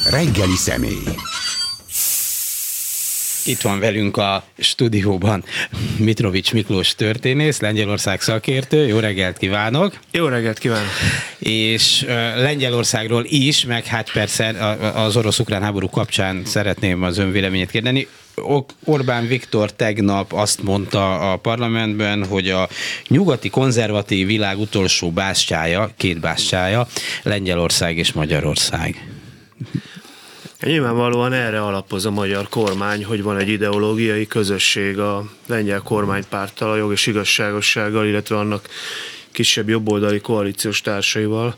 Reggeli személy. Itt van velünk a stúdióban Mitrovics Miklós történész, Lengyelország szakértő. Jó reggelt kívánok! Jó reggelt kívánok! És Lengyelországról is, meg hát persze az orosz-ukrán háború kapcsán szeretném az ön véleményét kérdeni. Orbán Viktor tegnap azt mondta a parlamentben, hogy a nyugati konzervatív világ utolsó bástyája, két bástyája, Lengyelország és Magyarország. Nyilvánvalóan erre alapoz a magyar kormány, hogy van egy ideológiai közösség a lengyel kormánypárttal, a Jog és Igazságossággal, illetve annak kisebb jobboldali koalíciós társaival.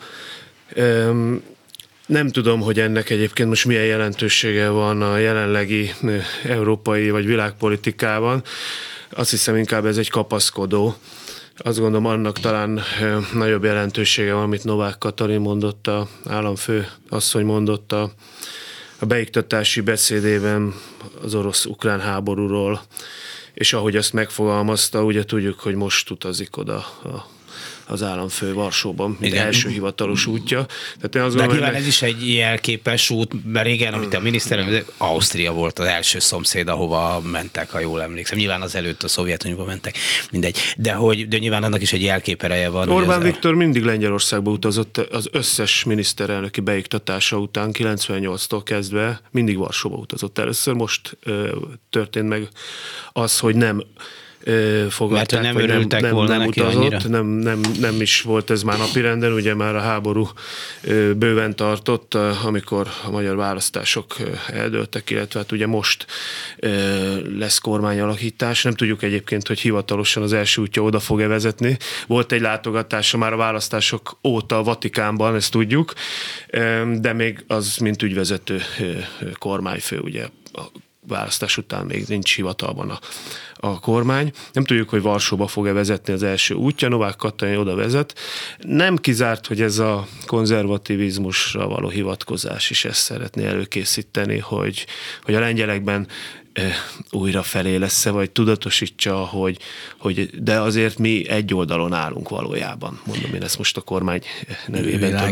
Nem tudom, hogy ennek egyébként most milyen jelentősége van a jelenlegi európai vagy világpolitikában. Azt hiszem, inkább ez egy kapaszkodó. Azt gondolom, annak talán nagyobb jelentősége van, amit Novák Katalin mondott, a államfő asszony mondott a beiktatási beszédében az orosz-ukrán háborúról, és ahogy azt megfogalmazta, ugye tudjuk, hogy most utazik oda az államfő Varsóban, mint első hivatalos útja. Tehát én azt de gondolom, ez is egy jelképes út, mert régen, amit a miniszterelnök, Ausztria volt az első szomszéd, ahova mentek, ha jól emlékszem. Nyilván az előtt a Szovjetunióba mentek, mindegy. De nyilván annak is egy jelképereje van. Orbán Viktor mindig Lengyelországba utazott, az összes miniszterelnöki beiktatása után 98-tól kezdve mindig Varsóba utazott. Először most történt meg az, hogy nem fogadták, mert nem utazott, nem is volt ez már napirenden, ugye már a háború bőven tartott, amikor a magyar választások eldőltek, illetve hát ugye most lesz kormányalakítás. Nem tudjuk egyébként, hogy hivatalosan az első útja oda fog-e vezetni. Volt egy látogatása már a választások óta a Vatikánban, ezt tudjuk, de még az, mint ügyvezető kormányfő, ugye a választás után még nincs hivatalban a kormány. Nem tudjuk, hogy Varsóba fog-e vezetni az első útja, Novák Katalin oda vezet. Nem kizárt, hogy ez a konzervativizmusra való hivatkozás is ezt szeretné előkészíteni, hogy a lengyelekben újra felé lesz-e, vagy tudatosítsa, hogy de azért mi egy oldalon állunk valójában. Mondom én ezt most a kormány nevében.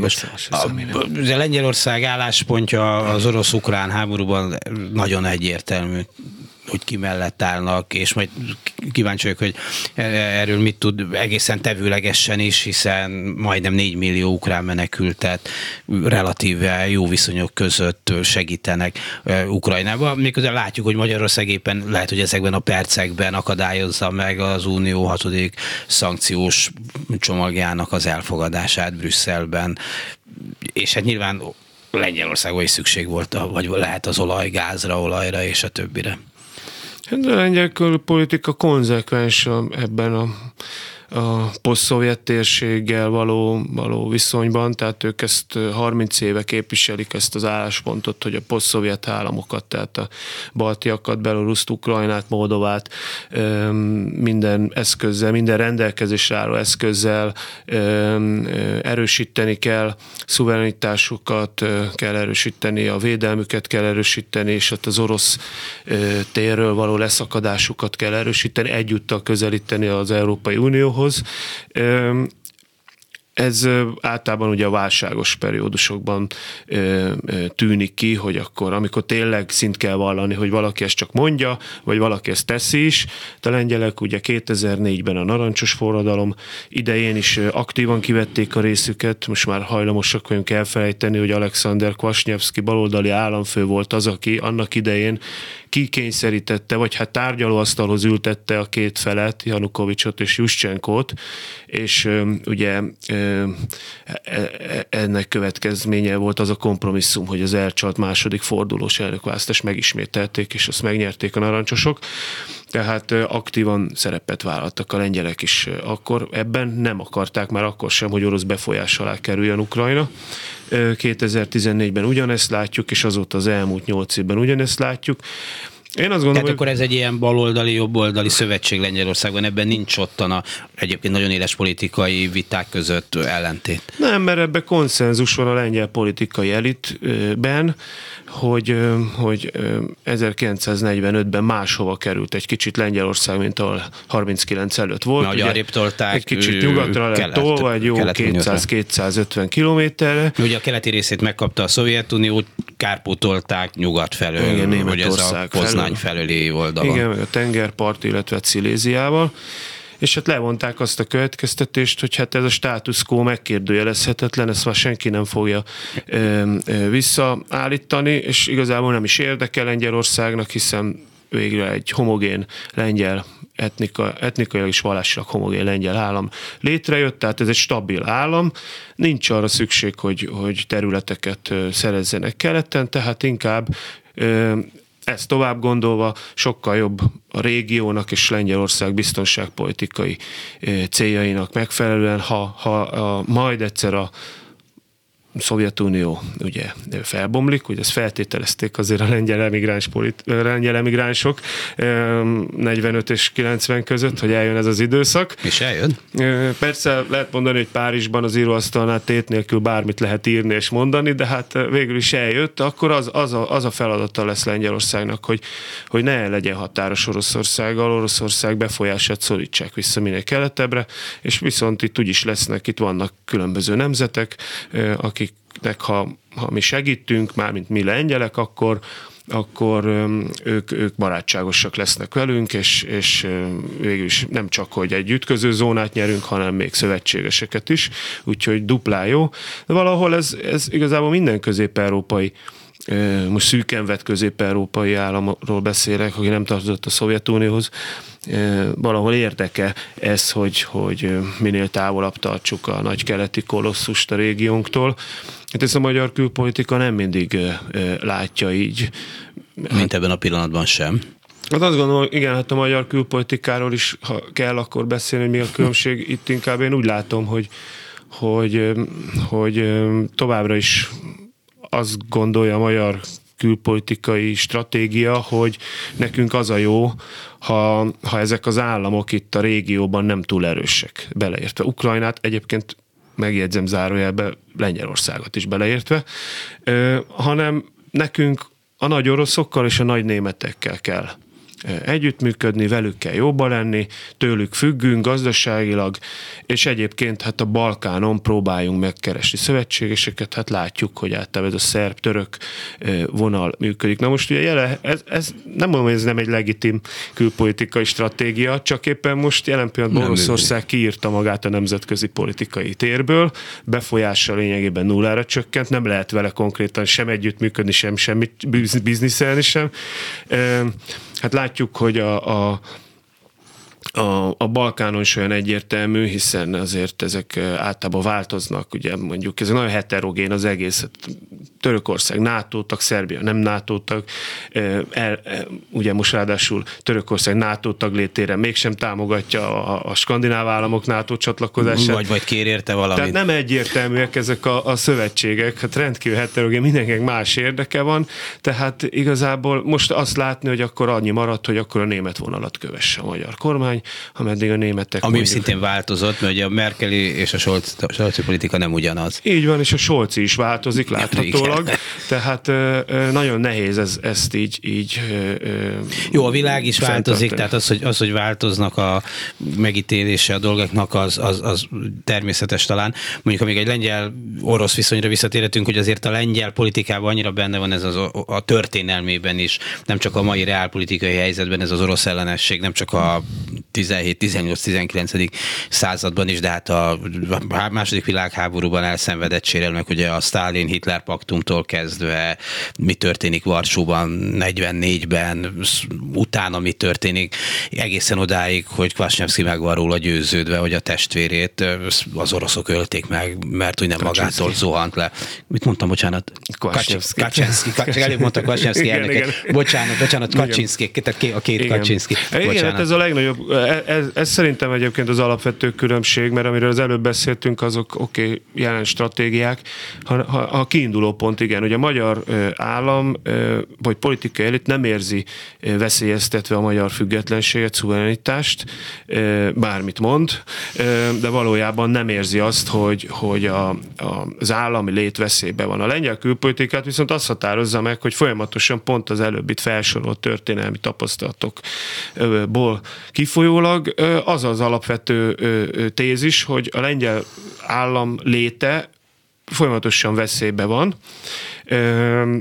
A Lengyelország álláspontja az orosz-ukrán háborúban nagyon egyértelmű, hogy ki mellett állnak, és majd kíváncsi vagyok, hogy erről mit tud egészen tevőlegesen is, hiszen majdnem 4 millió ukrán menekültet relatíve jó viszonyok között segítenek Ukrajnában. Miközben látjuk, hogy Magyarország éppen lehet, hogy ezekben a percekben akadályozza meg az Unió 6. szankciós csomagjának az elfogadását Brüsszelben. És hát nyilván Lengyelországban is szükség volt, vagy lehet az olajgázra, olajra és a többire. A lengyel politika konzekvens ebben a posztszovjet térséggel való viszonyban, tehát ők ezt 30 éve képviselik ezt az álláspontot, hogy a posztszovjet államokat, tehát a baltiakat, Beloruszt, Ukrajnát, Moldovát minden eszközzel, minden rendelkezésre álló eszközzel erősíteni kell, szuverenitásukat kell erősíteni, a védelmüket kell erősíteni, és ott az orosz térről való leszakadásukat kell erősíteni, egyúttal közelíteni az Európai Unióhoz. Ez általában ugye a válságos periódusokban tűnik ki, hogy akkor, amikor tényleg szint kell vallani, hogy valaki ezt csak mondja, vagy valaki ezt teszi is. A lengyelek ugye 2004-ben a narancsos forradalom idején is aktívan kivették a részüket, most már hajlamosak vagyunk elfelejteni, hogy Alexander Kwasniewski baloldali államfő volt az, aki annak idején kikényszerítette, vagy hát tárgyalóasztalhoz ültette a két felet, Janukovicsot és Juszcsenkót, és ugye ennek következménye volt az a kompromisszum, hogy az elcsalt második fordulós elnökválasztást megismételték, és azt megnyerték a narancsosok. Tehát aktívan szerepet vállaltak a lengyelek is akkor. Ebben nem akarták már akkor sem, hogy orosz befolyás alá kerüljön Ukrajna. 2014-ben ugyanezt látjuk, és azóta az elmúlt 8 évben ugyanezt látjuk. Én azt gondolom, tehát akkor ez egy ilyen baloldali, jobboldali szövetség Lengyelországban, ebben nincs ottan egyébként nagyon éles politikai viták között ellentét. Nem, mert ebben konszenzus van a lengyel politikai elitben, hogy 1945-ben máshova került egy kicsit Lengyelország, mint ahol 39 előtt volt. Mert arrébb tolták, egy kicsit nyugatra lett tolva, egy jó 200-250 kilométerre. Ugye a keleti részét megkapta a Szovjetunió, kárpótolták nyugat felől, igen, hogy ez a Poznány felőli oldalon. Igen, meg a tengerpart, illetve Sziléziával. És hát levonták azt a következtetést, hogy hát ez a status quo megkérdőjelezhetetlen, ezt már senki nem fogja visszaállítani, és igazából nem is érdekel Lengyelországnak, hiszen végre egy homogén lengyel, etnikailag és vallásilag homogén lengyel állam létrejött, tehát ez egy stabil állam, nincs arra szükség, hogy területeket szerezzenek keleten, tehát inkább ezt tovább gondolva sokkal jobb a régiónak és Lengyelország biztonságpolitikai céljainak megfelelően, ha majd egyszer a Szovjetunió ugye felbomlik, ugye ezt feltételezték azért a lengyel emigránsok 45 és 90 között, hogy eljön ez az időszak. És eljön? Persze lehet mondani, hogy Párizsban az íróasztalnál tét nélkül bármit lehet írni és mondani, de hát végül is eljött, akkor az a feladata lesz Lengyelországnak, hogy ne legyen határos Oroszországgal, Oroszország befolyását szorítsák vissza minél keletebbre, és viszont itt úgyis lesznek, itt vannak különböző nemzetek, akiknek ha mi segítünk, mármint mi lengyelek, akkor ők barátságosak lesznek velünk, és végül is nem csak, hogy egy ütköző zónát nyerünk, hanem még szövetségeseket is, úgyhogy duplán jó. De valahol ez igazából minden közép-európai, most szűken vett közép-európai államról beszélek, aki nem tartozott a Szovjetunióhoz, valahol érdeke ez, hogy minél távolabb tartsuk a nagy keleti kolosszust a régiónktól. Hát ezt a magyar külpolitika nem mindig látja így. Mint ebben a pillanatban sem. Hát azt gondolom, igen, hát a magyar külpolitikáról is, ha kell, akkor beszélni, hogy mi a különbség. Itt inkább én úgy látom, hogy továbbra is azt gondolja a magyar külpolitikai stratégia, hogy nekünk az a jó, ha ezek az államok itt a régióban nem túl erősek, beleértve Ukrajnát, egyébként megjegyzem zárójelbe Lengyelországot is beleértve, hanem nekünk a nagy oroszokkal és a nagy németekkel kell együttműködni, velük kell jobban lenni, tőlük függünk gazdaságilag, és egyébként hát a Balkánon próbáljunk megkeresni szövetségeseket, hát látjuk, hogy általában ez a szerb-török vonal működik. Na most ugye ez nem mondom, hogy ez nem egy legitim külpolitikai stratégia, csak éppen most jelen pillanatban Oroszország kiírta magát a nemzetközi politikai térből, befolyása lényegében nullára csökkent, nem lehet vele konkrétan sem együttműködni, sem semmit bizniszelni sem. Hát látjuk, hogy a Balkánon is olyan egyértelmű, hiszen azért ezek általában változnak, ugye mondjuk ez nagyon heterogén az egész, Törökország NATO tag, Szerbia nem NATO tag, ugye most ráadásul Törökország NATO tag létére mégsem támogatja a skandináv államok NATO csatlakozását. Vagy kér érte valamit. Tehát nem egyértelműek ezek a szövetségek, hát rendkívül heterogén, mindenkinek más érdeke van, tehát igazából most azt látni, hogy akkor annyi maradt, hogy akkor a német vonalat kövesse a magyar kormány, ameddig a németek... Ami szintén változott, mert ugye a merkeli és a Scholzi politika nem ugyanaz. Így van, és a Scholzi is változik láthatólag, tehát nagyon nehéz ezt így jó, a világ is változik, tehát az, hogy változnak a megítélése a dolgoknak, az természetes talán. Mondjuk, amíg egy lengyel-orosz viszonyra visszatérhetünk, hogy azért a lengyel politikában annyira benne van ez a történelmében is, nem csak a mai reálpolitikai helyzetben ez az orosz ellenesség, nem csak a 17-18-19. században is, de hát a második világháborúban elszenvedett sérelmek, ugye a Sztálin-Hitler paktumtól kezdve, mi történik Varsóban 44-ben, utána mi történik, egészen odáig, hogy Kvasnyevszky meg van róla győződve, hogy a testvérét az oroszok ölték meg, mert úgy nem magától zuhant le. Mit mondtam, bocsánat? Kaczynszky. Előbb mondta Kvasnyevszky elnöke. Bocsánat, Kaczynszky, tehát a két Kaczynszky. Igen, hát ez a legnagyobb, ez szerintem egyébként az alapvető különbség, mert amiről az előbb beszéltünk, azok jelen stratégiák. A kiinduló pont, igen, hogy a magyar állam vagy politikai elit nem érzi veszélyeztetve a magyar függetlenséget, szuverenitást, bármit mond, de valójában nem érzi azt, hogy az állami lét veszélyben van. A lengyel külpolitikát viszont azt határozza meg, hogy folyamatosan pont az előbb itt felsorolt történelmi tapasztalatokból kifolyólag az az alapvető tézis, hogy a lengyel állam léte folyamatosan veszélyben van,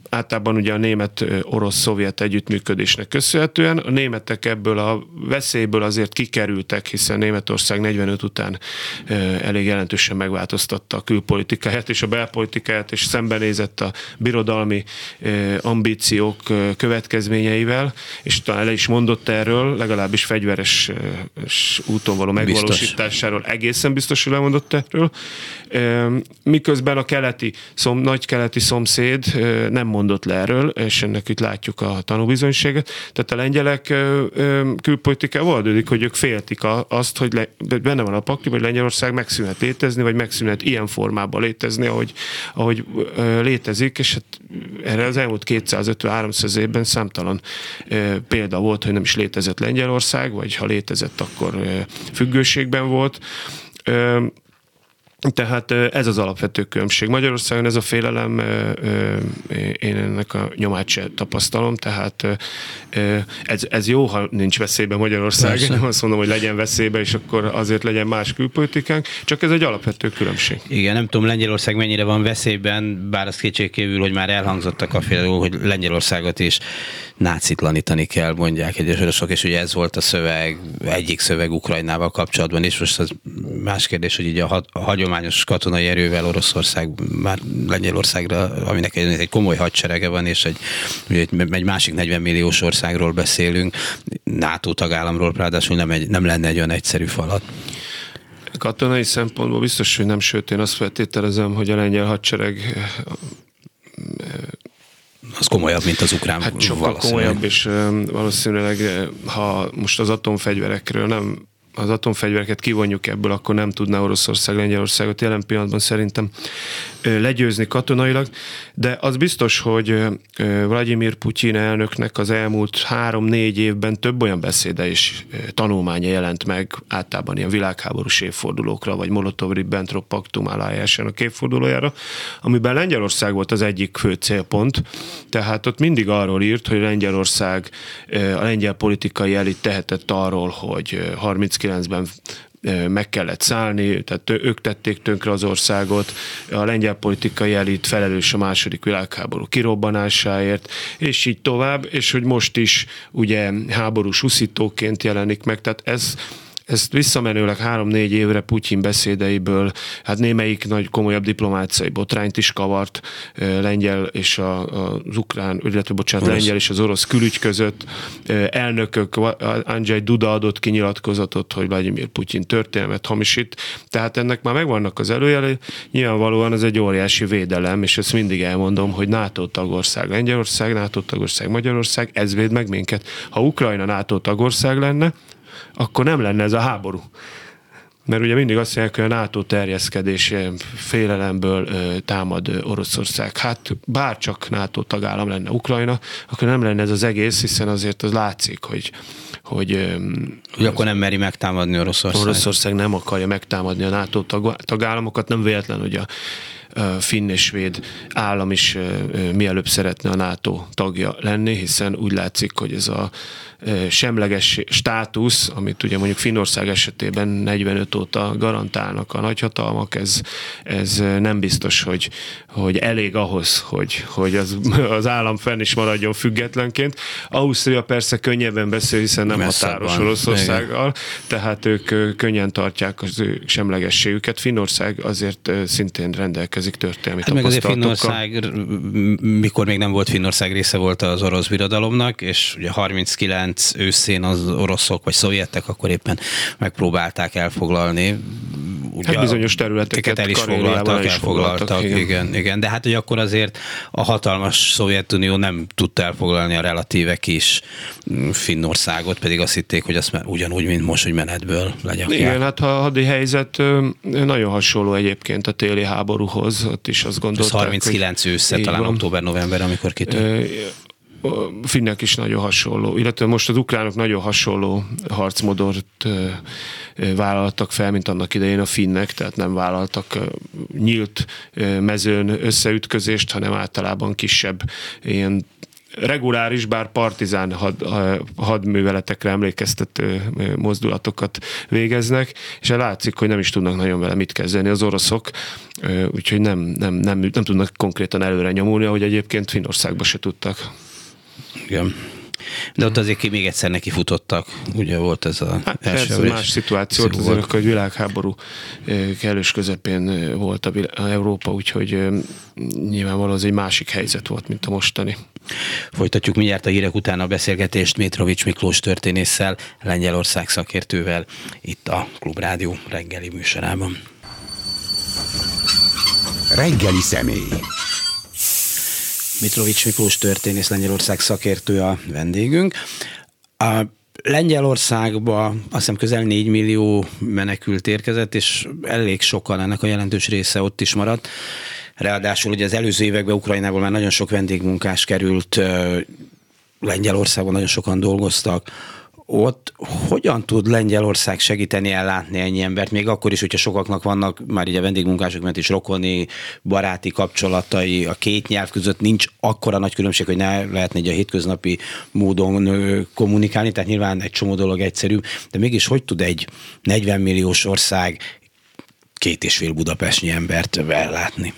általában ugye a német-orosz-szovjet együttműködésnek köszönhetően. A németek ebből a veszélyből azért kikerültek, hiszen Németország 45 után elég jelentősen megváltoztatta a külpolitikáját és a belpolitikáját, és szembenézett a birodalmi ambíciók következményeivel, és talán le is mondott erről, legalábbis fegyveres úton való megvalósításáról egészen biztos, hogy lemondott erről. Miközben a nagy keleti szomszéd nem mondott le erről, és ennek itt látjuk a tanúbizonyságot. Tehát a lengyelek külpolitikával oldódik, hogy ők féltik azt, hogy benne van a pakliban, hogy Lengyelország megszűnhet létezni, vagy megszűnhet ilyen formában létezni, ahogy létezik, és hát erre az elmúlt 250-300 évben számtalan példa volt, hogy nem is létezett Lengyelország, vagy ha létezett, akkor függőségben volt. Tehát ez az alapvető különbség. Magyarországon ez a félelem, én ennek a nyomát se tapasztalom, tehát ez jó, ha nincs veszélyben Magyarország. Persze. Nem azt mondom, hogy legyen veszélyben, és akkor azért legyen más külpolitikánk, csak ez egy alapvető különbség. Igen, nem tudom, Lengyelország mennyire van veszélyben, bár az kétségkívül, hogy már elhangzottak a félelők, hogy Lengyelországot is nácitlanítani kell, mondják egyes oroszok, és ugye ez volt a egyik szöveg Ukrajnával kapcsolatban, és most az más kérdés, hogy így a hagyományos katonai erővel Oroszország már Lengyelországra, aminek egy komoly hadserege van, és egy másik 40 milliós országról beszélünk, NATO tagállamról, ráadásul nem lenne egy olyan egyszerű falat. Katonai szempontból biztos, hogy nem, sőt, én azt feltételezem, hogy a lengyel hadsereg az komolyabb, mint az ukrán. Hát sokkal komolyabb, és valószínűleg, ha most az atomfegyvereket kivonjuk ebből, akkor nem tudná Oroszország Lengyelországot jelen pillanatban szerintem legyőzni katonailag, de az biztos, hogy Vladimir Putyin elnöknek az elmúlt 3-4 évben több olyan beszéde és tanulmánya jelent meg, általában ilyen világháborús évfordulókra, vagy Molotov-Ribbentrop paktum aláírásának évfordulójára, amiben Lengyelország volt az egyik fő célpont, tehát ott mindig arról írt, hogy Lengyelország, a lengyel politikai elit tehetett arról, hogy 39-ben meg kellett szállni, tehát ők tették tönkre az országot, a lengyel politikai elit felelős a második világháború kirobbanásáért, és így tovább, és hogy most is ugye háborús uszítóként jelenik meg, tehát ezt visszamenőleg 3-4 évre Putyin beszédeiből, hát némelyik nagy komolyabb diplomáciai botrányt is kavart lengyel és az ukrán, illetve lengyel és az orosz külügy között. Elnökök, Andrzej Duda adott ki nyilatkozatot, hogy Vladimir Putyin történelmet hamisít. Tehát ennek már megvannak az előjelei. Nyilvánvalóan ez egy óriási védelem, és ezt mindig elmondom, hogy NATO tagország Lengyelország, NATO tagország Magyarország, ez véd meg minket. Ha Ukrajna NATO tagország lenne, akkor nem lenne ez a háború. Mert ugye mindig azt mondják, hogy a NATO terjeszkedése félelemből támad Oroszország. Hát bárcsak NATO tagállam lenne Ukrajna, akkor nem lenne ez az egész, hiszen azért az látszik, hogy akkor nem meri megtámadni Oroszország. Oroszország nem akarja megtámadni a NATO tagállamokat, nem véletlen, hogy a finn és svéd állam is mielőbb szeretne a NATO tagja lenni, hiszen úgy látszik, hogy ez a semleges státusz, amit ugye mondjuk Finnország esetében 45 óta garantálnak a nagyhatalmak, ez nem biztos, hogy elég ahhoz, hogy az állam fenn is maradjon függetlenként. Ausztria persze könnyebben beszél, hiszen nem határos Oroszországgal, tehát ők könnyen tartják az ő semlegességüket. Finnország azért szintén rendelkezik történelmi tapasztalatokkal. Meg azért Finnország, mikor még nem volt Finnország, része volt az orosz birodalomnak, és ugye 39 őszén az oroszok vagy szovjetek akkor éppen megpróbálták elfoglalni. Ugye hát bizonyos területeket el is elfoglaltak. Igen. De hát hogy akkor azért a hatalmas Szovjetunió nem tudta elfoglalni a relatíve kis Finnországot, pedig azt hitték, hogy azt ugyanúgy, mint most, hogy menetből legyakják. Igen, hát a hadi helyzet nagyon hasonló egyébként a téli háborúhoz, ott is azt gondolták, ez 39 ősszel, talán október-november, amikor kitört. Finnek is nagyon hasonló, illetve most az ukránok nagyon hasonló harcmodort vállaltak fel, mint annak idején a finnek, tehát nem vállaltak nyílt mezőn összeütközést, hanem általában kisebb ilyen reguláris, bár partizán hadműveletekre emlékeztető mozdulatokat végeznek, és látszik, hogy nem is tudnak nagyon vele mit kezdeni az oroszok, úgyhogy nem tudnak konkrétan előre nyomulni, ahogy egyébként Finnországba se tudtak. Igen. De ott azért még egyszer neki futottak, ugye volt ez a első. Ez más szituáció, azért akkor egy világháború kellős közepén volt a Európa, úgyhogy nyilvánvalóan az egy másik helyzet volt, mint a mostani. Folytatjuk mindjárt a hírek után a beszélgetést Mitrovics Miklós történésszel, Lengyelország szakértővel itt a Klubrádió reggeli műsorában. Reggeli személy. Mitrovics Miklós történész, Lengyelország szakértő a vendégünk. A Lengyelországba azt hiszem közel 4 millió menekült érkezett, és elég sokan, ennek a jelentős része ott is maradt. Ráadásul ugye az előző években Ukrajnából már nagyon sok vendégmunkás került, Lengyelországban nagyon sokan dolgoztak. Ott hogyan tud Lengyelország segíteni ellátni ennyi embert, még akkor is, hogyha sokaknak vannak már ugye vendégmunkások, mert is rokoni, baráti kapcsolatai, a két nyelv között nincs akkora nagy különbség, hogy ne lehetne egy a hétköznapi módon kommunikálni, tehát nyilván egy csomó dolog egyszerűbb, de mégis hogy tud egy 40 milliós ország 2,5 budapestnyi embert ellátni?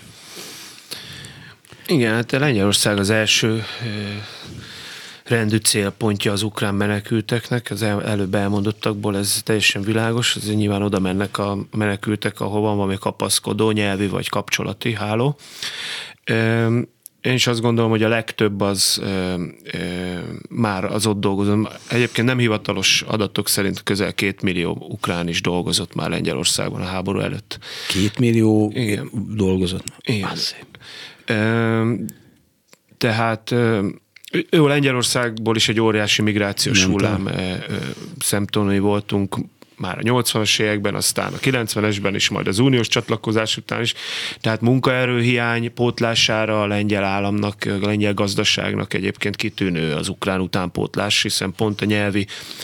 Igen, hát Lengyelország az első rendű célpontja az ukrán menekülteknek, az előbb elmondottakból ez teljesen világos, azért nyilván oda mennek a menekültek, ahol van valami kapaszkodó, nyelvi vagy kapcsolati háló. Én is azt gondolom, hogy a legtöbb az már az ott dolgozó. Egyébként nem hivatalos adatok szerint közel 2 millió ukrán is dolgozott már Lengyelországban a háború előtt. 2 millió igen. Dolgozott? Igen. Tehát jó, Lengyelországból is egy óriási migrációs hullám szemtanúi voltunk már a 80-as években, aztán a 90-esben is, majd az uniós csatlakozás után is. Tehát munkaerőhiány pótlására a lengyel államnak, a lengyel gazdaságnak egyébként kitűnő az ukrán utánpótlás, hiszen pont a nyelvi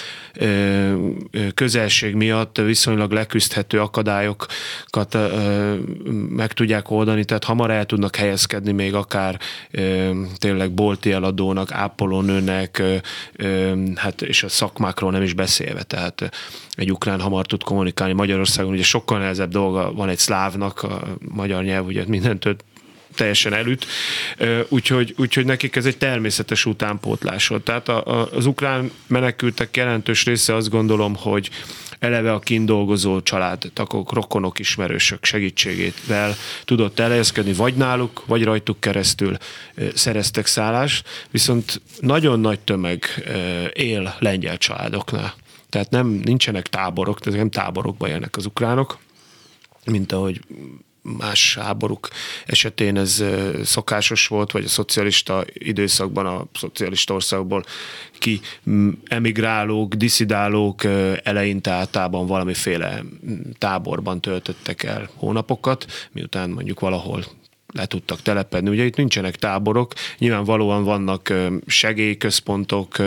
közelség miatt viszonylag leküzdhető akadályokat meg tudják oldani, tehát hamar el tudnak helyezkedni még akár tényleg bolti eladónak, ápolónőnek, hát és a szakmákról nem is beszélve, tehát egy ukrán hamar tud kommunikálni. Magyarországon ugye sokkal nehezebb dolga van egy szlávnak, a magyar nyelv ugye mindentől teljesen elüt, úgyhogy nekik ez egy természetes utánpótlás volt. Tehát az ukrán menekültek jelentős része azt gondolom, hogy eleve a kint dolgozó családtagok, rokonok, ismerősök segítségével tudott elhelyezkedni, vagy náluk, vagy rajtuk keresztül szereztek szállást, viszont nagyon nagy tömeg él lengyel családoknál. Tehát nincsenek táborok, tehát nem táborokban élnek az ukránok, mint ahogy más háborúk esetén ez szokásos volt, vagy a szocialista időszakban a szocialista országból ki emigrálók, diszidálók eleinte általában valamiféle táborban töltöttek el hónapokat, miután mondjuk valahol le tudtak telepedni. Ugye itt nincsenek táborok, nyilvánvalóan vannak segélyközpontok,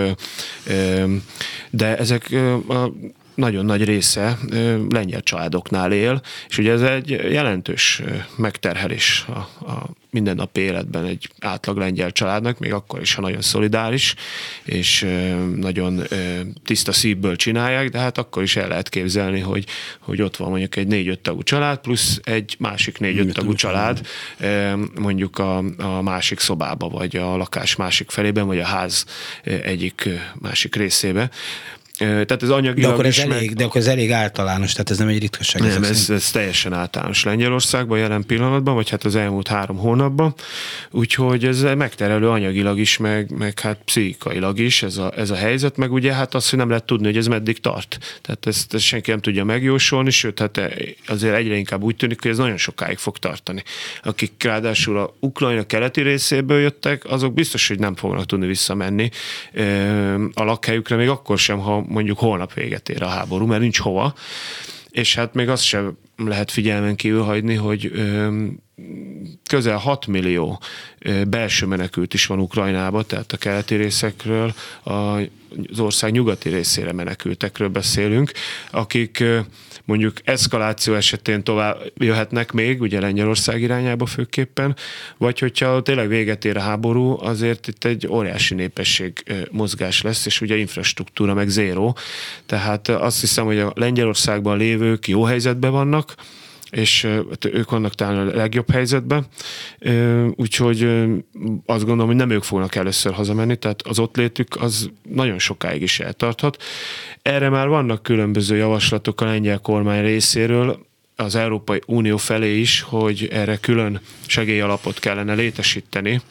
de ezek a nagyon nagy része lengyel családoknál él, és ugye ez egy jelentős megterhelés a mindennapi életben egy átlag lengyel családnak, még akkor is, ha nagyon szolidáris, és nagyon tiszta szívből csinálják, de hát akkor is el lehet képzelni, hogy ott van mondjuk egy 4-5 tagú család, plusz egy másik 4-5 tagú család, mondjuk a másik szobába, vagy a lakás másik felében, vagy a ház egyik másik részébe. Tehát ez anyagilag de akkor ez elég általános, tehát ez nem egy ritkaság. Nem, ez teljesen általános Lengyelországban jelen pillanatban, vagy hát az elmúlt 3 hónapban, úgyhogy ez megterelő anyagilag is, meg hát pszichikailag is ez a helyzet, meg ugye hát az, hogy nem lehet tudni, hogy ez meddig tart. Tehát ezt senki nem tudja megjósolni, sőt, hát azért egyre inkább úgy tűnik, hogy ez nagyon sokáig fog tartani. Akik ráadásul a Ukrajna keleti részéből jöttek, azok biztos, hogy nem fognak tudni visszamenni a lakhelyükre, még akkor sem, ha mondjuk holnap véget ér a háború, mert nincs hova, és hát még azt sem lehet figyelmen kívül hagyni, hogy közel 6 millió belső menekült is van Ukrajnában, tehát a keleti részekről, az ország nyugati részére menekültekről beszélünk, akik mondjuk eszkaláció esetén tovább jöhetnek még, ugye Lengyelország irányába főképpen, vagy hogyha tényleg véget ér a háború, azért itt egy óriási népesség mozgás lesz, és ugye infrastruktúra meg zéró. Tehát azt hiszem, hogy a Lengyelországban lévők jó helyzetben vannak, és ők vannak talán a legjobb helyzetben, úgyhogy azt gondolom, hogy nem ők fognak először hazamenni, tehát az ott létük az nagyon sokáig is eltarthat. Erre már vannak különböző javaslatok a lengyel kormány részéről, az Európai Unió felé is, hogy erre külön segélyalapot kellene létesíteni,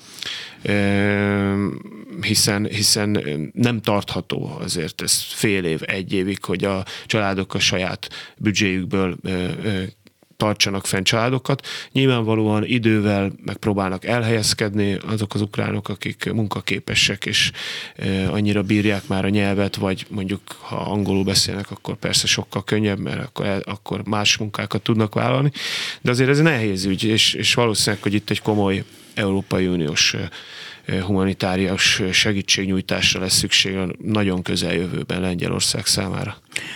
hiszen nem tartható azért ez fél év, egy évig, hogy a családok a saját büdzséjükből tartsanak fenn családokat. Nyilvánvalóan idővel megpróbálnak elhelyezkedni azok az ukránok, akik munkaképesek, és annyira bírják már a nyelvet, vagy mondjuk ha angolul beszélnek, akkor persze sokkal könnyebb, mert akkor más munkákat tudnak vállalni. De azért ez nehéz ügy, és valószínűleg, hogy itt egy komoly Európai Uniós humanitárius segítségnyújtásra lesz szükség a nagyon közeljövőben Lengyelország számára.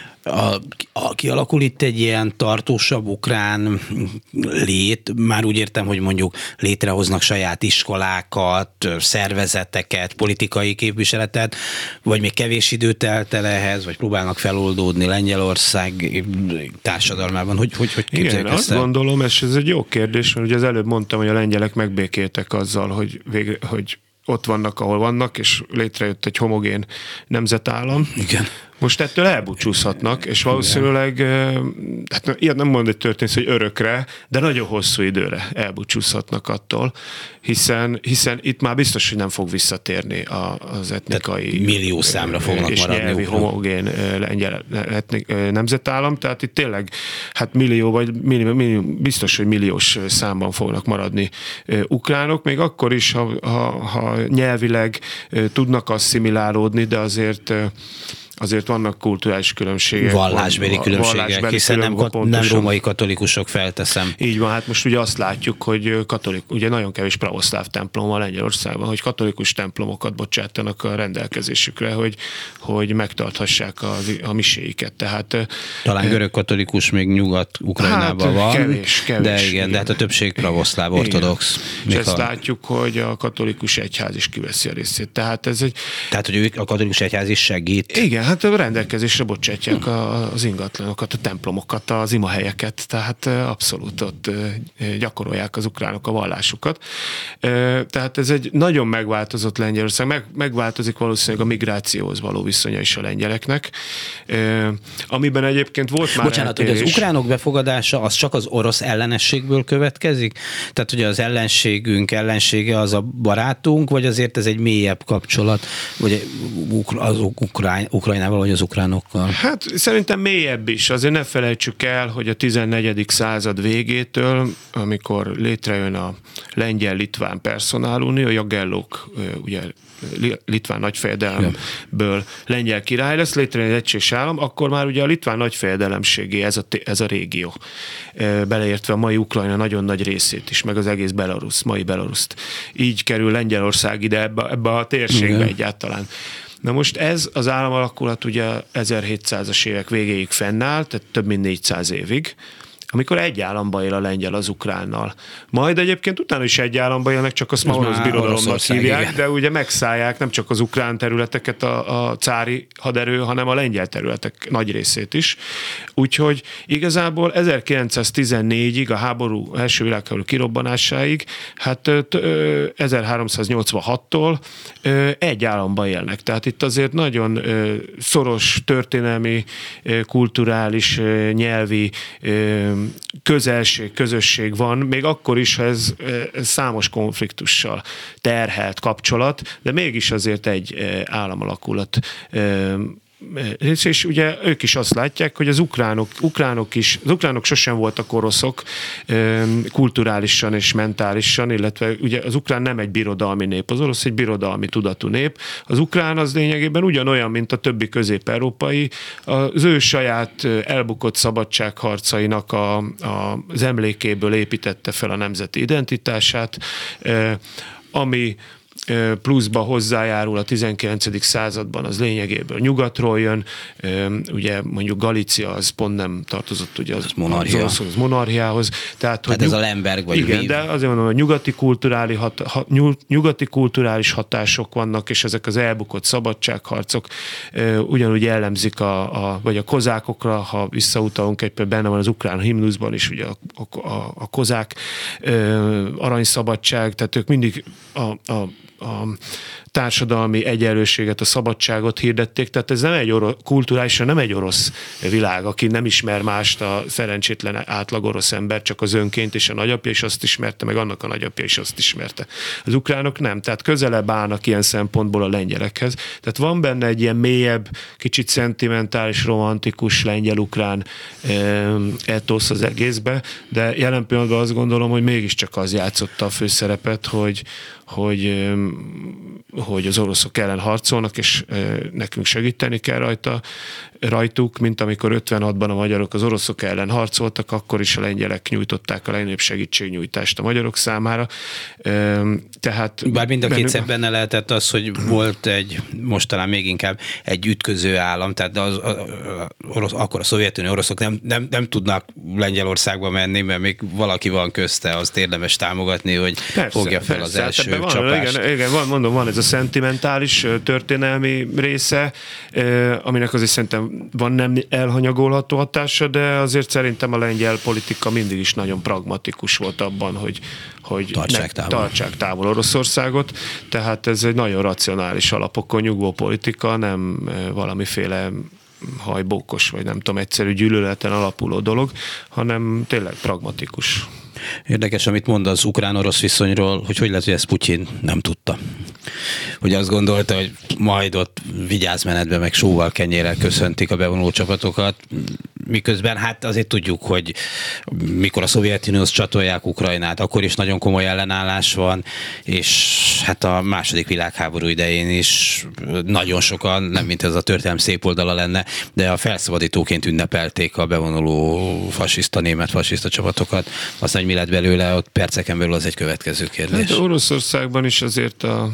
Kialakul itt egy ilyen tartósabb ukrán lét, már úgy értem, hogy mondjuk létrehoznak saját iskolákat, szervezeteket, politikai képviseletet, vagy még kevés idő telt el ehhez, vagy próbálnak feloldódni Lengyelország társadalmában. Hogy képzeljük ezt? Azt gondolom, és ez egy jó kérdés, mert ugye az előbb mondtam, hogy a lengyelek megbékéltek azzal, hogy ott vannak, ahol vannak, és létrejött egy homogén nemzetállam. Igen. Most ettől elbúcsúzhatnak, és valószínűleg, hát ilyet nem mondod, hogy történik, hogy örökre, de nagyon hosszú időre elbúcsúzhatnak attól, hiszen itt már biztos, hogy nem fog visszatérni az etnikai... Tehát millió számra fognak és maradni. Nyelvi homogén lengyel nemzetállam, tehát itt tényleg hát millió, vagy biztos, hogy milliós számban fognak maradni ukránok, még akkor is, ha nyelvileg tudnak asszimilálódni, de azért vannak kulturális különbségek. Vallásbeli különbségek, hiszen nem római katolikusok, felteszem. Így van, hát most ugye azt látjuk, hogy ugye nagyon kevés pravoszláv templom van Lengyelországban, hogy katolikus templomokat bocsátanak a rendelkezésükre, hogy megtarthassák a miséiket. Tehát, talán görög-katolikus még Nyugat-Ukrajnában van. Kevés. De igen, de hát a többség pravoszláv ortodox. És ezt látjuk, hogy a katolikus egyház is kiveszi a részét. Tehát hogy ők a katolikus egyház is segít. Igen, hát a rendelkezésre bocsátják az ingatlanokat, a templomokat, az imahelyeket, tehát abszolút ott gyakorolják az ukránok a vallásukat. Tehát ez egy nagyon megváltozott Lengyelország, megváltozik valószínűleg a migrációhoz való viszonya is a lengyeleknek, amiben egyébként volt már Bocsánat, hogy az ukránok befogadása az csak az orosz ellenességből következik? Tehát, hogy az ellensége az a barátunk, vagy azért ez egy mélyebb kapcsolat, vagy az Ukrajnával, vagy az ukránokkal? Hát szerintem mélyebb is. Azért ne felejtsük el, hogy a 14. század végétől, amikor létrejön a lengyel-litván personálunió, a Jagellók, ugye litván nagyfejedelemből lengyel király lesz, létrejön egy egységes állam, akkor már ugye a litván nagyfejedelemségé ez a régió. Beleértve a mai Ukrajna nagyon nagy részét is, meg az egész Belarus, mai Belaruszt. Így kerül Lengyelország ide ebbe a térségbe egyáltalán. Na most ez az államalakulat ugye 1700-as évek végéig fennáll, tehát több mint 400 évig, amikor egy államban él a lengyel az ukránnal. Majd egyébként utána is egy államban élnek, csak azt már orosz birodalomnak hívják, igen. De ugye megszállják nem csak az ukrán területeket a cári haderő, hanem a lengyel területek nagy részét is. Úgyhogy igazából 1914-ig, a első világháború kirobbanásáig, hát 1386-tól egy államban élnek. Tehát itt azért nagyon szoros történelmi, kulturális, nyelvi közösség van, még akkor is, ha ez számos konfliktussal terhelt kapcsolat, de mégis azért egy államalakulat és ugye ők is azt látják, hogy az ukránok sosem voltak oroszok kulturálisan és mentálisan, illetve ugye az ukrán nem egy birodalmi nép, az orosz egy birodalmi tudatú nép. Az ukrán az lényegében ugyanolyan, mint a többi közép-európai, az ő saját elbukott szabadságharcainak az emlékéből építette fel a nemzeti identitását, ami pluszba hozzájárul a 19. században, az lényegéből nyugatról jön, ugye mondjuk Galícia az pont nem tartozott ugye az monarchiához. Tehát hogy ez a Lemberg vagy igen, Vív. de azért mondom, hogy nyugati kulturális hatások vannak, és ezek az elbukott szabadságharcok ugyanúgy jellemzik vagy a kozákokra, ha visszautalunk egy, benne van az ukrán himnuszban is ugye a kozák aranyszabadság, tehát ők mindig a társadalmi egyenlőséget, a szabadságot hirdették, tehát ez nem egy kulturálisan nem egy orosz világ, aki nem ismer mást, a szerencsétlen átlag orosz ember, csak az önként, és a nagyapja is azt ismerte, meg annak a nagyapja is azt ismerte. Az ukránok nem, tehát közelebb állnak ilyen szempontból a lengyelekhez. Tehát van benne egy ilyen mélyebb, kicsit szentimentális, romantikus lengyel-ukrán etosz az egészbe, de jelen pillanatban azt gondolom, hogy mégiscsak az játszotta a főszerepet, hogy az oroszok ellen harcolnak, és nekünk segíteni kell rajtuk, mint amikor 56-ban a magyarok az oroszok ellen harcoltak, akkor is a lengyelek nyújtották a legnagyobb segítségnyújtást a magyarok számára. Tehát bár mind a kétszer benne lehetett az, hogy volt most talán még inkább egy ütköző állam, tehát akkor a Szovjetunió oroszok nem tudnak Lengyelországba menni, mert még valaki van közte, azt érdemes támogatni, hogy fogja fel az első csapást. Igen, van ez a szentimentális történelmi része, aminek azért szerintem van nem elhanyagolható hatása, de azért szerintem a lengyel politika mindig is nagyon pragmatikus volt abban, hogy tartsák távol Oroszországot, tehát ez egy nagyon racionális alapokon nyugvó politika, nem valamiféle hajbókos, vagy nem tudom, egyszerű gyűlöleten alapuló dolog, hanem tényleg pragmatikus. Érdekes, amit mond az ukrán-orosz viszonyról, hogy lehet, hogy ezt Putyin nem tudta. Hogy azt gondolta, hogy majd ott vigyázmenetben meg sóval, kenyérrel köszöntik a bevonuló csapatokat, miközben hát azért tudjuk, hogy mikor a Szovjetunióhoz csatolják Ukrajnát, akkor is nagyon komoly ellenállás van, és hát a második világháború idején is nagyon sokan, nem mint ez a történelem szép oldala lenne, de a felszabadítóként ünnepelték a bevonuló német fasiszta csapatokat. Aztán, hogy mi lett belőle, ott perceken belül az egy következő kérdés. Hát Oroszországban is azért a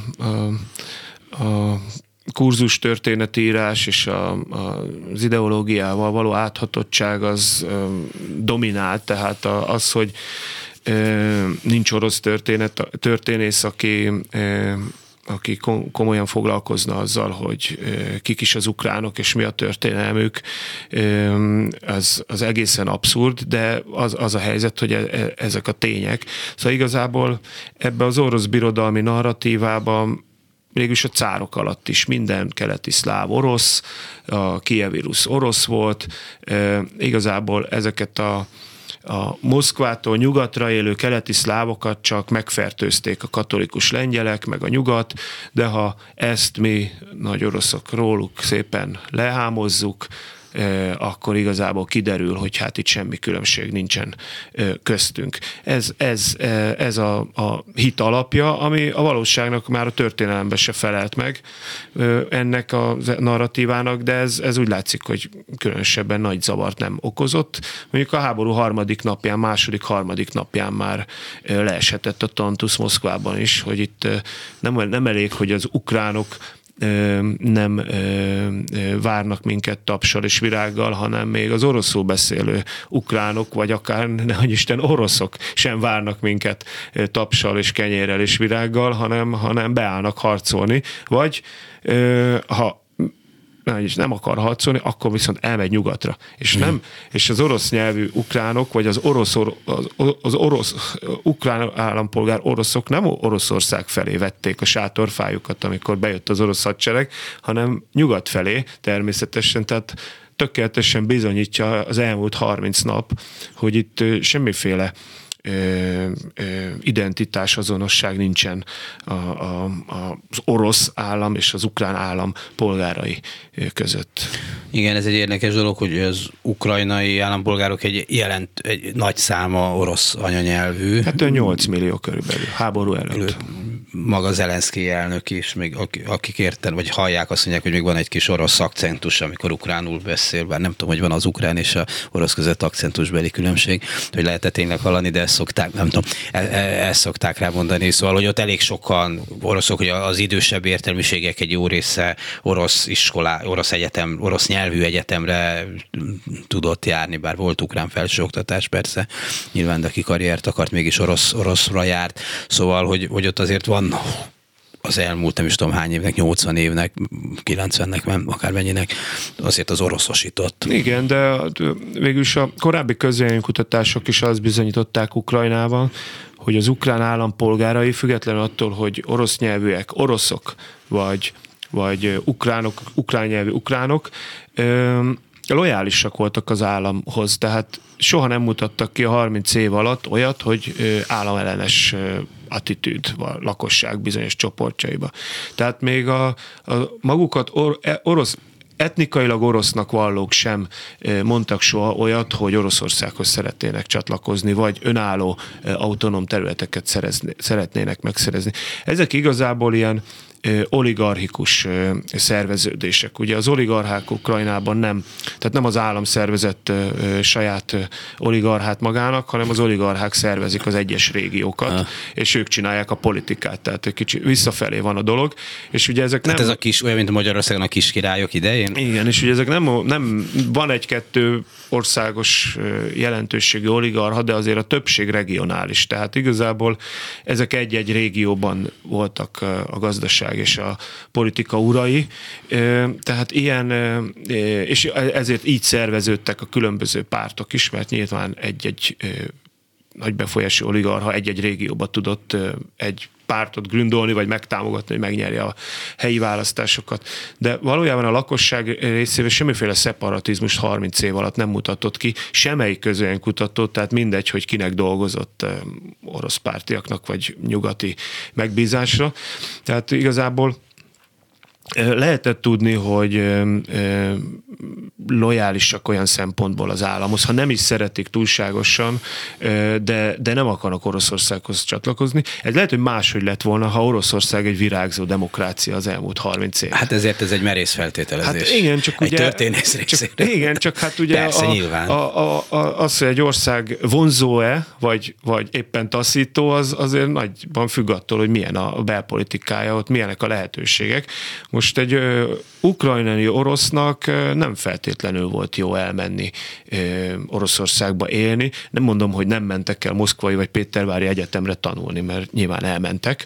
kurzus történetírás és az ideológiával való áthatottság az dominál, tehát az, hogy nincs orosz történész, aki komolyan foglalkozna azzal, hogy kik is az ukránok, és mi a történelmük, az egészen abszurd, de az a helyzet, hogy ezek a tények. Szóval igazából ebbe az orosz birodalmi narratívában mégis a cárok alatt is minden keleti szláv orosz, a kijevi rusz orosz volt, igazából ezeket a Moszkvától nyugatra élő keleti szlávokat csak megfertőzték a katolikus lengyelek, meg a nyugat, de ha ezt mi nagy oroszok róluk szépen lehámozzuk, akkor igazából kiderül, hogy hát itt semmi különbség nincsen köztünk. Ez a hit alapja, ami a valóságnak már a történelemben se felelt meg ennek a narratívának, de ez úgy látszik, hogy különösebben nagy zavart nem okozott. Mondjuk a háború harmadik napján már leeshetett a tantusz Moszkvában is, hogy itt nem elég, hogy az ukránok nem várnak minket tapssal és virággal, hanem még az oroszul beszélő ukránok, vagy akár, nehogy Isten, oroszok sem várnak minket tapssal és kenyérrel és virággal, hanem beállnak harcolni, vagy ha nem akar harcolni, akkor viszont elmegy nyugatra. És az orosz nyelvű ukránok, vagy az orosz ukrán állampolgár oroszok nem Oroszország felé vették a sátorfájukat, amikor bejött az orosz hadsereg, hanem nyugat felé természetesen, tehát tökéletesen bizonyítja az elmúlt 30 nap, hogy itt semmiféle identitás, azonosság nincsen az orosz állam és az ukrán állam polgárai között. Igen, ez egy érdekes dolog, hogy az ukrajnai állampolgárok egy nagy száma orosz anyanyelvű. Hát 8 millió körülbelül, háború előtt. Maga Zelenszkij elnök is, még akik érten, vagy hallják, azt mondják, hogy még van egy kis orosz akcentus, amikor ukránul beszél, bár nem tudom, hogy van az ukrán és a orosz között akcentusbeli különbség, hogy lehet tényleg hallani, de ezt szokták, nem tudom, ezt szokták rá mondani. Szóval, hogy ott elég sokan oroszok, hogy az idősebb értelmiségek egy jó része orosz nyelvű egyetemre tudott járni, bár volt ukrán felsőoktatás persze, nyilván, de aki karriert akart, mégis oroszra járt. Szóval, hogy ott azért van az elmúlt nem is tudom hány évnek, 80 évnek, 90-nek, akármennyinek, azért az oroszosított. Igen, de végülis a korábbi közvéleménykutatások is azt bizonyították Ukrajnában, hogy az ukrán állampolgárai függetlenül attól, hogy orosz nyelvűek oroszok, vagy ukrán nyelvű ukránok, lojálisak voltak az államhoz, tehát soha nem mutattak ki a 30 év alatt olyat, hogy államellenes attitűd a lakosság bizonyos csoportjaiba. Tehát még a magukat etnikailag orosznak vallók sem mondtak soha olyat, hogy Oroszországhoz szeretnének csatlakozni, vagy önálló autonóm területeket szeretnének megszerezni. Ezek igazából ilyen oligarchikus szerveződések. Ugye az oligarchák Ukrajnában nem az állam szervezett saját oligarchát magának, hanem az oligarchák szervezik az egyes régiókat, és ők csinálják a politikát. Tehát egy kicsit visszafelé van a dolog. És ugye ezek ez a kis, olyan, mint Magyarországon a kis királyok idején? Igen, és ugye ezek nem van egy-kettő országos jelentőségű oligarcha, de azért a többség regionális. Tehát igazából ezek egy-egy régióban voltak a gazdaság és a politika urai. Tehát ilyen, és ezért így szerveződtek a különböző pártok is, mert nyilván egy nagy befolyású oligarcha egy-egy régióba tudott egy pártot gründolni, vagy megtámogatni, hogy megnyerje a helyi választásokat. De valójában a lakosság részével semmiféle szeparatizmus 30 év alatt nem mutatott ki, semmelyik közvéleménykutató, tehát mindegy, hogy kinek dolgozott, orosz pártiaknak, vagy nyugati megbízásra. Tehát igazából lehetett tudni, hogy lojálisak olyan szempontból az államhoz, ha nem is szeretik túlságosan, de nem akarnak Oroszországhoz csatlakozni. Ez lehet, hogy máshogy lett volna, ha Oroszország egy virágzó demokrácia az elmúlt 30 év. Hát ezért ez egy merész feltételezés. Hát igen, csak egy ugye... történész részéről. Igen, csak hát ugye persze, nyilván. Az, hogy egy ország vonzó-e, vagy éppen taszító, az azért nagyban függ attól, hogy milyen a belpolitikája, ott milyenek a lehetőségek. Most egy ukrajnai orosznak nem feltétlenül volt jó elmenni Oroszországba élni. Nem mondom, hogy nem mentek el Moszkvai vagy Pétervári Egyetemre tanulni, mert nyilván elmentek,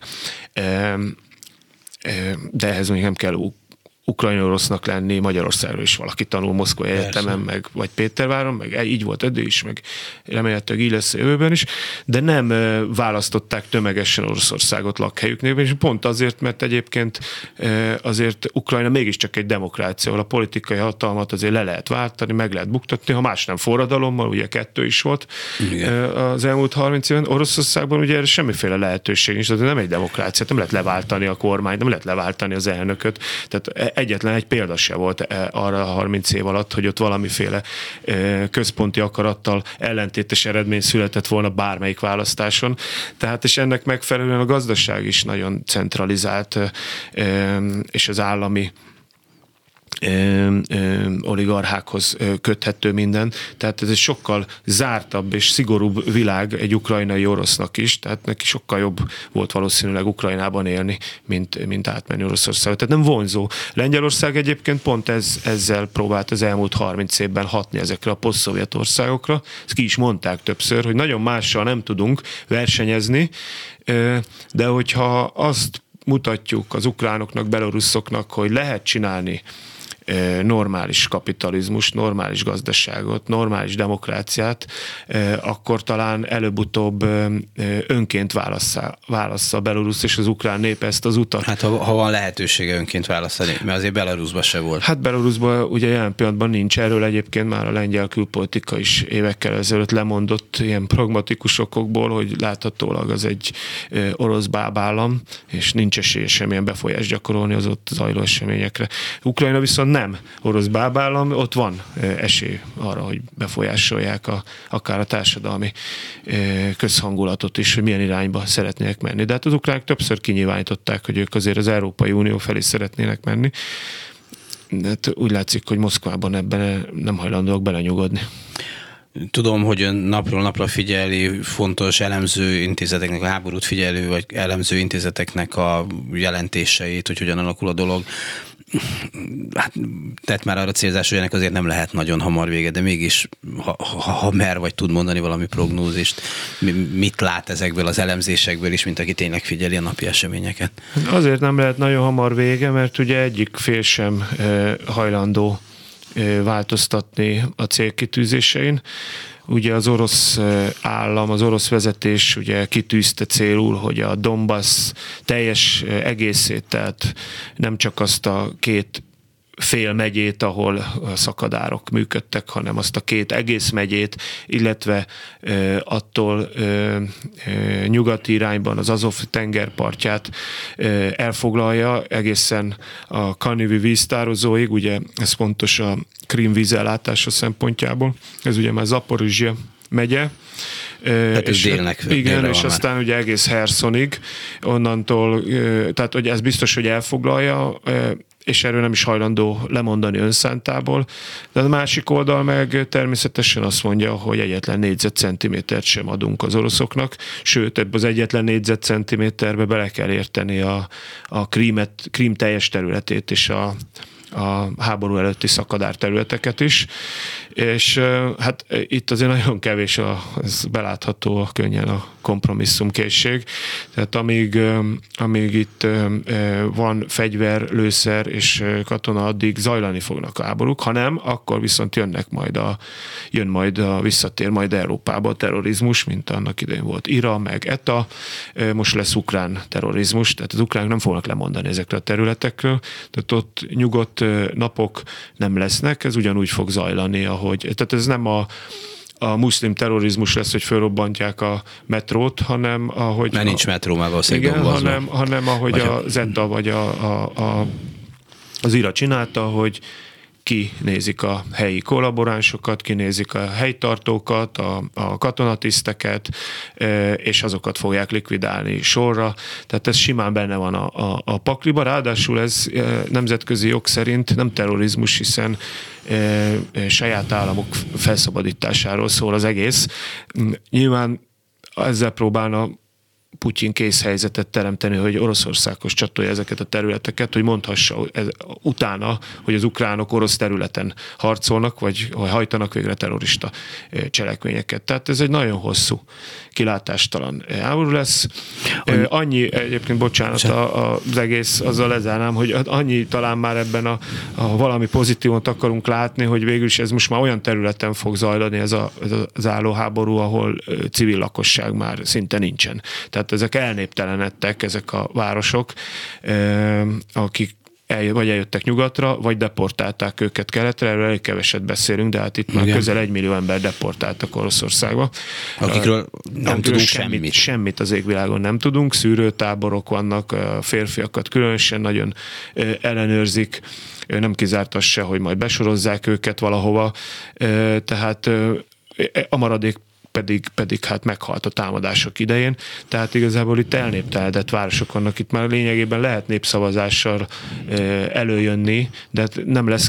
de ehhez még nem kell ukrajnai orosznak lenni, Magyarországról is valaki tanul Moszkvai Egyetemen, vagy Péterváron, meg így volt eddig is, meg remélhetőleg így lesz a jövőben is, de nem választották tömegesen Oroszországot lakhelyüknél, és pont azért, mert egyébként azért Ukrajna mégiscsak egy demokrácia, ahol a politikai hatalmat azért le lehet váltani, meg lehet buktatni, ha más nem forradalommal, ugye 2 is volt az elmúlt 30 évben. Oroszországban ugye erre semmiféle lehetőség nincs, tehát nem egy demokrácia, nem lehet leváltani a kormányt, nem lehet leváltani az elnököt, tehát egyetlen egy példa se volt arra a 30 év alatt, hogy ott valamiféle központi akarattal ellentétes eredmény született volna bármelyik választáson. Tehát és ennek megfelelően a gazdaság is nagyon centralizált, és az állami oligarchákhoz köthető minden. Tehát ez egy sokkal zártabb és szigorúbb világ egy ukrajnai orosznak is, tehát neki sokkal jobb volt valószínűleg Ukrajnában élni, mint átmenni Oroszországba. Tehát nem vonzó. Lengyelország egyébként pont ezzel próbált az elmúlt 30 évben hatni ezekre a posztszovjet országokra. Ezt ki is mondták többször, hogy nagyon mással nem tudunk versenyezni, de hogyha azt mutatjuk az ukránoknak, belorusszoknak, hogy lehet csinálni normális kapitalizmus, normális gazdaságot, normális demokráciát, akkor talán előbb-utóbb önként válassza Belarus és az ukrán nép ezt az utat. Hát ha van lehetősége önként választani, mert azért Belarusban se volt. Hát Belarusban ugye jelen pillanatban nincs, erről egyébként már a lengyel külpolitika is évekkel ezelőtt lemondott ilyen pragmatikus okokból, hogy láthatólag az egy orosz bábállam, és nincs esélye semmilyen befolyást gyakorolni az ott zajló eseményekre. Ukrajna viszont nem orosz bábállam, ott van esély arra, hogy befolyásolják akár a társadalmi közhangulatot is, hogy milyen irányba szeretnének menni. De hát az ukránok többször kinyilvánították, hogy ők azért az Európai Unió felé szeretnének menni. De hát úgy látszik, hogy Moszkvában ebben nem hajlandóak belenyugodni. Tudom, hogy ön napról napra figyeli fontos elemző intézeteknek, a háborút figyelő vagy elemző intézeteknek a jelentéseit, hogy hogyan alakul a dolog. Hát tett már arra célzás, hogy ennek azért nem lehet nagyon hamar vége, de mégis, ha mer vagy tud mondani valami prognózist, mit lát ezekből az elemzésekből is, mint aki tényleg figyeli a napi eseményeket? Azért nem lehet nagyon hamar vége, mert ugye egyik fél sem hajlandó változtatni a célkitűzésein. Ugye az orosz állam, az orosz vezetés ugye kitűzte célul, hogy a Donbass teljes egészét, tehát nem csak azt a két fél megyét, ahol a szakadárok működtek, hanem azt a két egész megyét, illetve attól nyugati irányban az Azov tengerpartját elfoglalja egészen a Kanivi víztározóig, ugye ez fontos a Krím vízellátása szempontjából. Ez ugye már Zaporizsja megye. Tehát ez délnek. Igen, és aztán ugye egész Hersonig, onnantól, tehát hogy ez biztos, hogy elfoglalja, és erről nem is hajlandó lemondani önszántából, de a másik oldal meg természetesen azt mondja, hogy egyetlen négyzetcentimétert sem adunk az oroszoknak, sőt, ebbe az egyetlen négyzetcentiméterbe bele kell érteni a Krím teljes területét és a háború előtti szakadár területeket is, és hát itt azért nagyon kevés, ez belátható könnyen a kompromisszumkészség, tehát amíg itt van fegyver, lőszer és katona, addig zajlani fognak a háborúk, ha nem, akkor viszont visszatér majd Európába a terrorizmus, mint annak idején volt IRA, meg ETA, most lesz ukrán terrorizmus, tehát az ukránok nem fognak lemondani ezekről a területekről, tehát ott nyugodt napok nem lesznek, ez ugyanúgy fog zajlani, tehát ez nem a muszlim terrorizmus lesz, hogy felrobbantják a metrót, hanem ahogy... Mert nincs metró már valószínűleg. Igen, hanem ahogy az ETA vagy az IRA csinálta, hogy kinézik a helyi kollaboránsokat, kinézik a helytartókat, a katonatiszteket, és azokat fogják likvidálni sorra. Tehát ez simán benne van a pakliba. Ráadásul ez nemzetközi jog szerint nem terrorizmus, hiszen saját államok felszabadításáról szól az egész. Nyilván ezzel próbálna Putyin készhelyzetet teremteni, hogy Oroszországhoz csatolja ezeket a területeket, hogy mondhassa utána, hogy az ukránok orosz területen harcolnak, vagy hajtanak végre terrorista cselekményeket. Tehát ez egy nagyon hosszú, kilátástalan háború lesz. Annyi, egyébként bocsánat, az egész, azzal lezárnám, hogy annyi talán már ebben a valami pozitívot akarunk látni, hogy végül is ez most már olyan területen fog zajlani ez az álló háború, ahol civil lakosság már szinte nincsen. Tehát ezek elnéptelenedtek, ezek a városok, akik vagy eljöttek nyugatra, vagy deportálták őket keletre, erről elég keveset beszélünk, de hát itt már közel 1 millió ember deportáltak Oroszországba. Akikről nem tudunk semmit. Semmit az égvilágon nem tudunk, szűrőtáborok vannak, a férfiakat különösen nagyon ellenőrzik, nem kizárt az se, hogy majd besorozzák őket valahova, tehát a maradék pedig hát meghalt a támadások idején, tehát igazából itt elnéptelenedett városok vannak, itt már lényegében lehet népszavazással előjönni, de nem lesz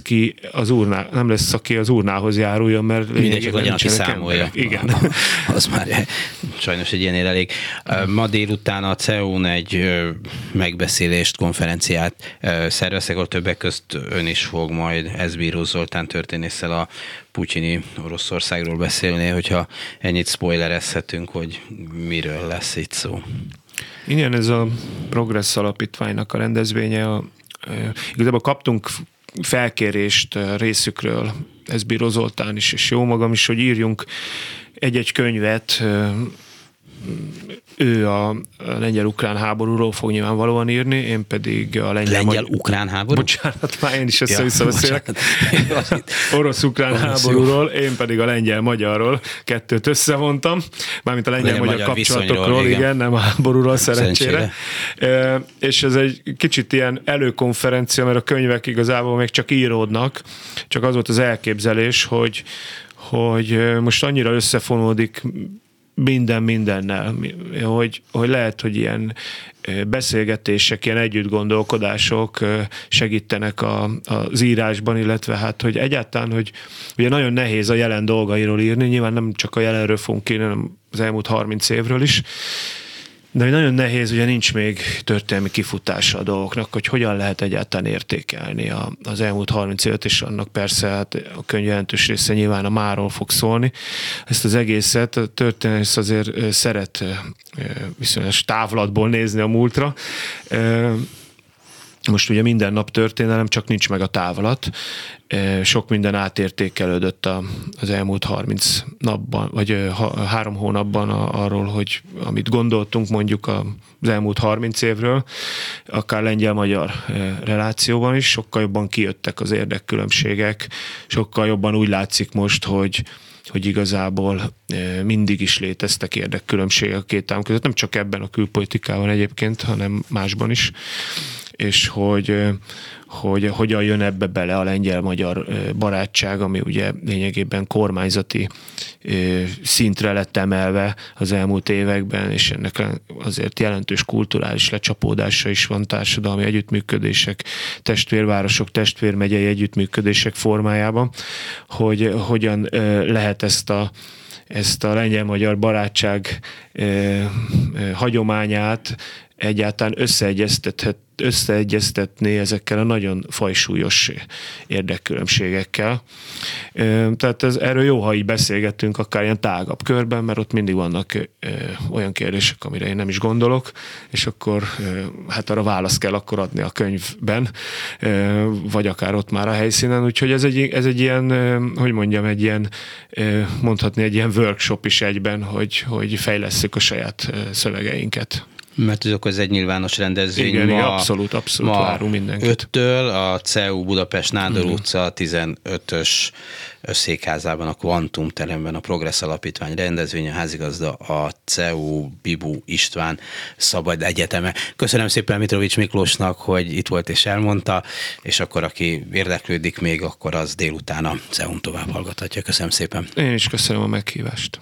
aki az urnához járuljon, mert lényegében legyen, aki számolja. Igen. Az már sajnos egy ilyenért elég. Ma délután a CEUN egy megbeszélést, konferenciát szerveztek, ahol többek közt ön is fog majd Eszbíró Zoltán történésszel a putyini Oroszországról beszélni, hogyha ennyit spoilerezhetünk, hogy miről lesz itt szó. Igen, ez a Progress Alapítványnak a rendezvénye. Igazából kaptunk felkérést részükről, ez Bíró Zoltán is, és jó magam is, hogy írjunk egy-egy könyvet. Ő a lengyel-ukrán háborúról fog nyilvánvalóan írni, én pedig a lengyel-ukrán háború? Bocsánat, már én is össze-vissza beszélek. Orosz-ukrán háborúról, én pedig a lengyel-magyarról. Kettőt összevontam. Mármint a lengyel-magyar kapcsolatokról, igen, nem a háborúról, szerencsére. És ez egy kicsit ilyen előkonferencia, mert a könyvek igazából még csak íródnak. Csak az volt az elképzelés, hogy most annyira összefonódik mindennel, hogy lehet, hogy ilyen beszélgetések, ilyen együttgondolkodások segítenek az írásban, illetve hát, hogy egyáltalán, hogy ugye nagyon nehéz a jelen dolgairól írni, nyilván nem csak a jelenről fogunk írni, hanem az elmúlt 30 évről is, de nagyon nehéz, ugye nincs még történelmi kifutása a dolgoknak, hogy hogyan lehet egyáltalán értékelni az elmúlt 30 évet, és annak persze hát a könyv jelentős része nyilván a máról fog szólni. Ezt az egészet a történész azért szeret viszonylag távlatból nézni a múltra. Most ugye minden nap történelem, csak nincs meg a távlat. Sok minden átértékelődött az elmúlt 30 napban, vagy 3 hónapban arról, hogy amit gondoltunk mondjuk az elmúlt 30 évről, akár lengyel-magyar relációban is, sokkal jobban kijöttek az érdekkülönbségek, sokkal jobban úgy látszik most, hogy igazából mindig is léteztek érdekkülönbségek a két állam között, nem csak ebben a külpolitikában egyébként, hanem másban is, és hogy hogyan jön ebbe bele a lengyel-magyar barátság, ami ugye lényegében kormányzati szintre lett emelve az elmúlt években, és ennek azért jelentős kulturális lecsapódása is van, társadalmi együttműködések, testvérvárosok, testvérmegyei együttműködések formájában, hogy hogyan lehet ezt a lengyel-magyar barátság hagyományát egyáltalán összeegyeztetni ezekkel a nagyon fajsúlyos érdekkülönbségekkel. Tehát erről jó, ha így beszélgettünk akár ilyen tágabb körben, mert ott mindig vannak olyan kérdések, amire én nem is gondolok, és akkor hát arra választ kell akkor adni a könyvben, vagy akár ott már a helyszínen, úgyhogy ez egy ilyen, hogy mondjam, egy ilyen, mondhatni egy ilyen workshop is egyben, hogy fejlesszük a saját szövegeinket. Mert ez egy nyilvános rendezvény. Igen, abszolút várunk mindenkit. 5-től a CEU Budapest Nádor utca 15-ös összékházában, a Kvantum teremben a Progressz Alapítvány rendezvény, a házigazda a CEU Bibu István Szabad Egyeteme. Köszönöm szépen Mitrovics Miklósnak, hogy itt volt és elmondta, és akkor aki érdeklődik még, akkor az délután a CEU-n tovább hallgathatja. Köszönöm szépen. Én is köszönöm a meghívást.